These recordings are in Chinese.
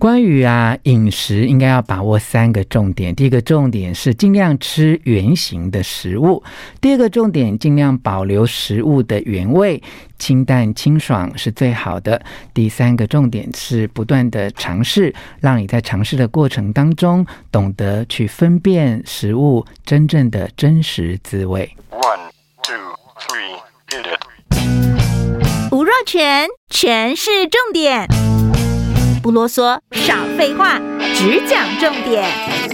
关于饮食应该要把握3个重点。第一个重点是尽量吃原形的食物，第二个重点尽量保留食物的原味，清淡清爽是最好的。第3个重点是不断的尝试，让你在尝试的过程当中懂得去分辨食物真正的真实滋味。 1, 2, 3, hit it。 吴若权，全是重点，不啰嗦，少废话，只讲重点。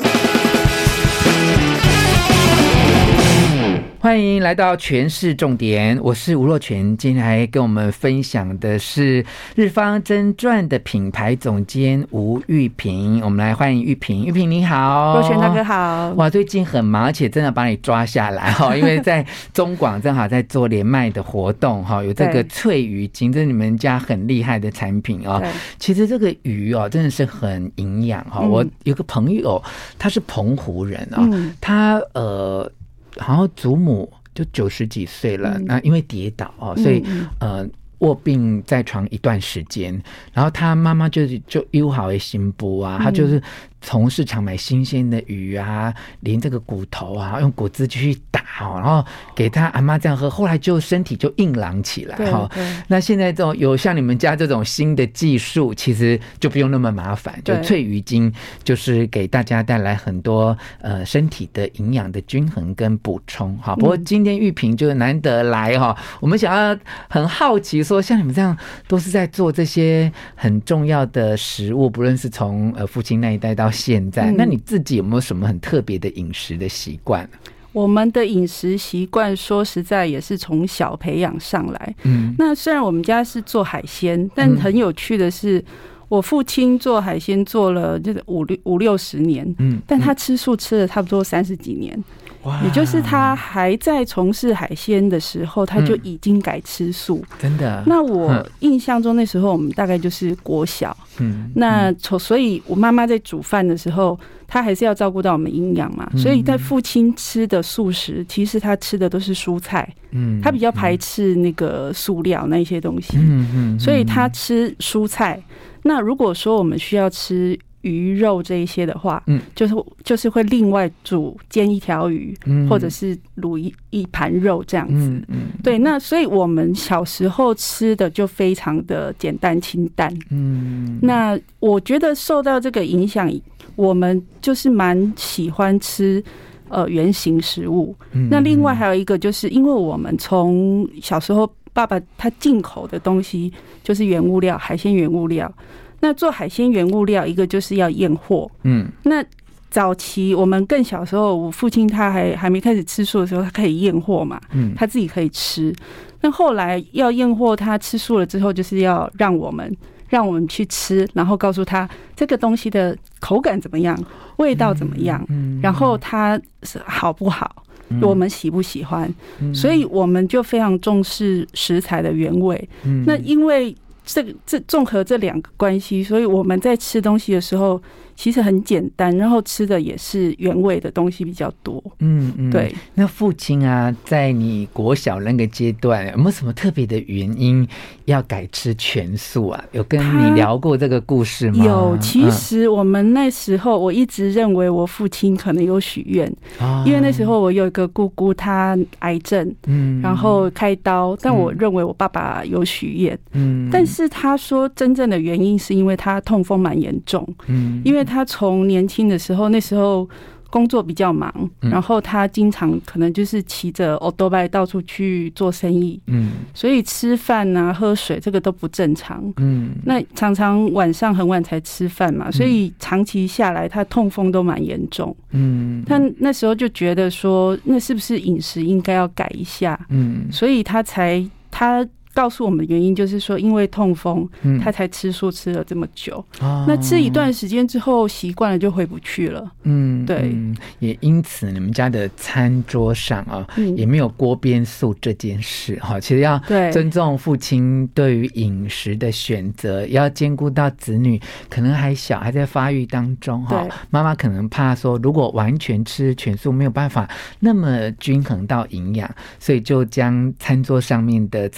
欢迎来到全市重点，我是吴若权。今天来跟我们分享的是日方真传的品牌总监吴玉萍。我们来欢迎玉萍。玉萍你好。 若权大哥好。 哇，最近很忙，而且真的把你抓下来因为在中广正好在做连麦的活动有这个脆鱼精，这是你们家很厉害的产品其实这个鱼真的是很营养我有个朋友他是澎湖人他好像祖母就90几岁了，那因为跌倒所以卧病在床一段时间，然后他妈妈就友好的心部他就是从市场买新鲜的鱼连这个骨头用果汁去打然后给他阿妈这样喝，后来就身体就硬朗起来那现在这种有像你们家这种新的技术，其实就不用那么麻烦，就脆鱼精就是给大家带来很多身体的营养的均衡跟补充不过今天玉萍就难得来我们想要很好奇说，像你们这样都是在做这些很重要的食物，不论是从父亲那一代到现在那你自己有没有什么很特别的饮食的习惯？ 我们的饮食习惯说实在也是从小培养上来那虽然我们家是做海鲜，但很有趣的是我父亲做海鲜做了就是50-60年但他吃素吃了差不多30几年也就是他还在从事海鲜的时候他就已经改吃素真的那我印象中那时候我们大概就是国小那所以我妈妈在煮饭的时候她还是要照顾到我们营养嘛所以在父亲吃的素食其实他吃的都是蔬菜他比较排斥那个塑料那些东西所以他吃蔬菜那如果说我们需要吃鱼肉这一些的话就是会另外煎一条鱼或者是卤一盘肉这样子对那所以我们小时候吃的就非常的简单清淡那我觉得受到这个影响我们就是蛮喜欢吃原型食物那另外还有一个就是因为我们从小时候爸爸他进口的东西就是原物料海鲜原物料那做海鲜原物料一个就是要验货那早期我们更小时候我父亲他还没开始吃素的时候他可以验货嘛他自己可以吃那后来要验货他吃素了之后就是要让我们去吃然后告诉他这个东西的口感怎么样味道怎么样然后它好不好我们喜不喜欢所以我们就非常重视食材的原味那因为这综合这2个关系所以我们在吃东西的时候其实很简单然后吃的也是原味的东西比较多对。 那父亲在你国小那个阶段有没有什么特别的原因要改吃全素有跟你聊过这个故事吗？ 有其实我们那时候我一直认为我父亲可能有许愿因为那时候我有一个姑姑她癌症然后开刀但我认为我爸爸有许愿但是他说真正的原因是因为他痛风蛮严重因为他从年轻的时候那时候工作比较忙然后他经常可能就是骑着欧多拜到处去做生意所以吃饭喝水这个都不正常那常常晚上很晚才吃饭嘛所以长期下来他痛风都蛮严重他那时候就觉得说那是不是饮食应该要改一下所以他告诉我们的原因就是说因为痛风他才吃素吃了这么久那吃一段时间之后习惯了就回不去了对也因此你们家的餐桌上也没有锅边素这件事其实要尊重父亲对于饮食的选择要兼顾到子女可能还小还在发育当中妈妈可能怕说如果完全吃全素没有办法那么均衡到营养所以就将餐桌上面的菜色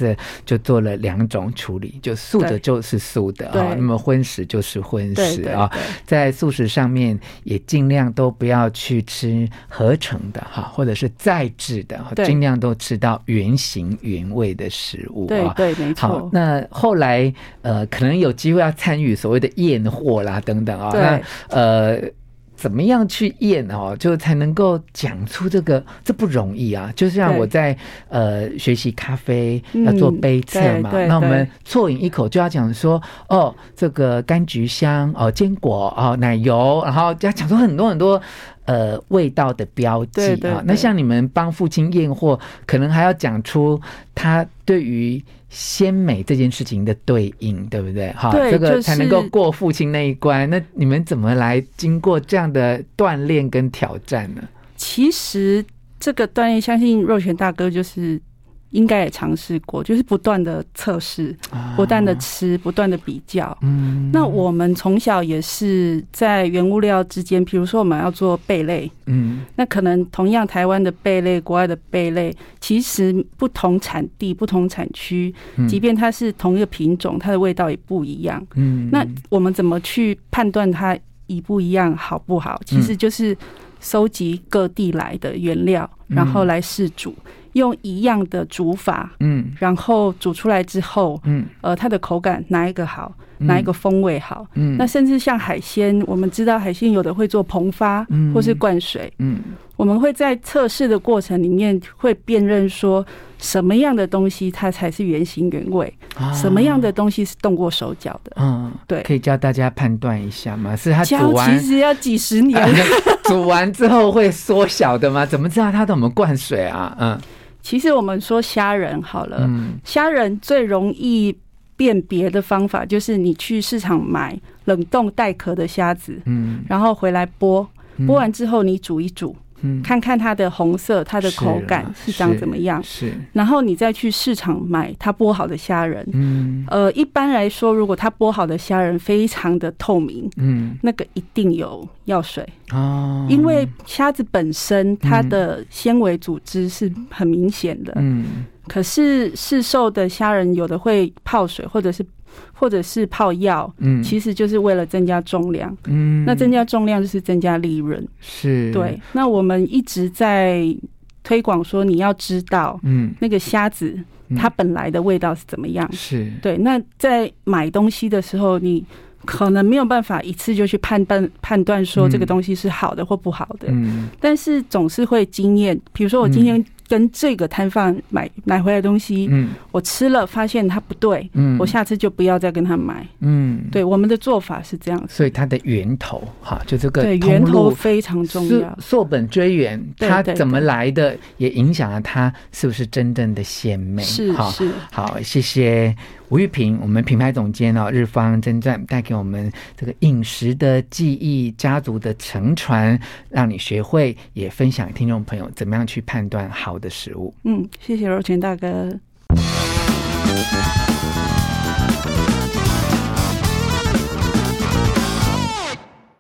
的就做了2种处理，就素的就是素的啊，那么荤食就是荤食啊，在素食上面也尽量都不要去吃合成的哈，或者是再制的，尽量都吃到原形原味的食物啊。 对，没错。 好，那后来可能有机会要参与所谓的验货啦等等啊，那怎么样去验哦，就才能够讲出这不容易啊。就像我在学习咖啡要做杯测嘛，那我们啜饮一口就要讲说这个柑橘香坚果奶油，然后要讲出很多很多味道的标记啊。那像你们帮父亲验货，可能还要讲出他对于鲜美这件事情的对应，对不对？ 对， 这个才能够过父亲那一关。那你们怎么来经过这样的锻炼跟挑战呢？ 其实这个锻炼，相信若权大哥就是应该也尝试过，就是不断的测试，不断的吃，不断的比较。那我们从小也是在原物料之间，比如说我们要做贝类，那可能同样台湾的贝类、国外的贝类，其实不同产地、不同产区，即便它是同一个品种，它的味道也不一样。那我们怎么去判断它一不一样、好不好？其实就是收集各地来的原料，然后来试煮。用一样的煮法，然后煮出来之后，它的口感哪一个好，哪一个风味好，那甚至像海鲜，我们知道海鲜有的会做膨发，或是灌水，我们会在测试的过程里面会辨认说什么样的东西它才是原形原味，什么样的东西是动过手脚的，对， 可以教大家判断一下吗？是它煮完其实要几十年， 煮完之后会缩小的吗？怎么知道它怎么灌水啊？ 其实我们说虾仁好了，虾仁最容易辨别的方法就是你去市场买冷冻带壳的虾子，然后回来剥完之后你煮一煮，看看它的红色，它的口感是长怎么样， 是，然后你再去市场买它剥好的虾仁，一般来说，如果它剥好的虾仁非常的透明，那个一定有药水因为虾子本身它的纤维组织是很明显的，可是市售的虾仁有的会泡水，或者是泡药，其实就是为了增加重量，那增加重量就是增加利润，是，对。那我们一直在推广说，你要知道，那个虾子它本来的味道是怎么样，是对。那在买东西的时候，你可能没有办法一次就去判断说这个东西是好的或不好的，但是总是会经验。比如说我今天跟这个摊贩买回来的东西，我吃了发现它不对，我下次就不要再跟他买。对，我们的做法是这样子。 所以它的源头哈，就这个对源头非常重要， 溯本追源，它怎么来的，也影响了它是不是真正的鲜美。 是。 好，谢谢吴玉萍，我们品牌总监日方真传，带给我们这个饮食的记忆、家族的承传，让你学会，也分享听众朋友怎么样去判断好的食物。 谢谢若权大哥。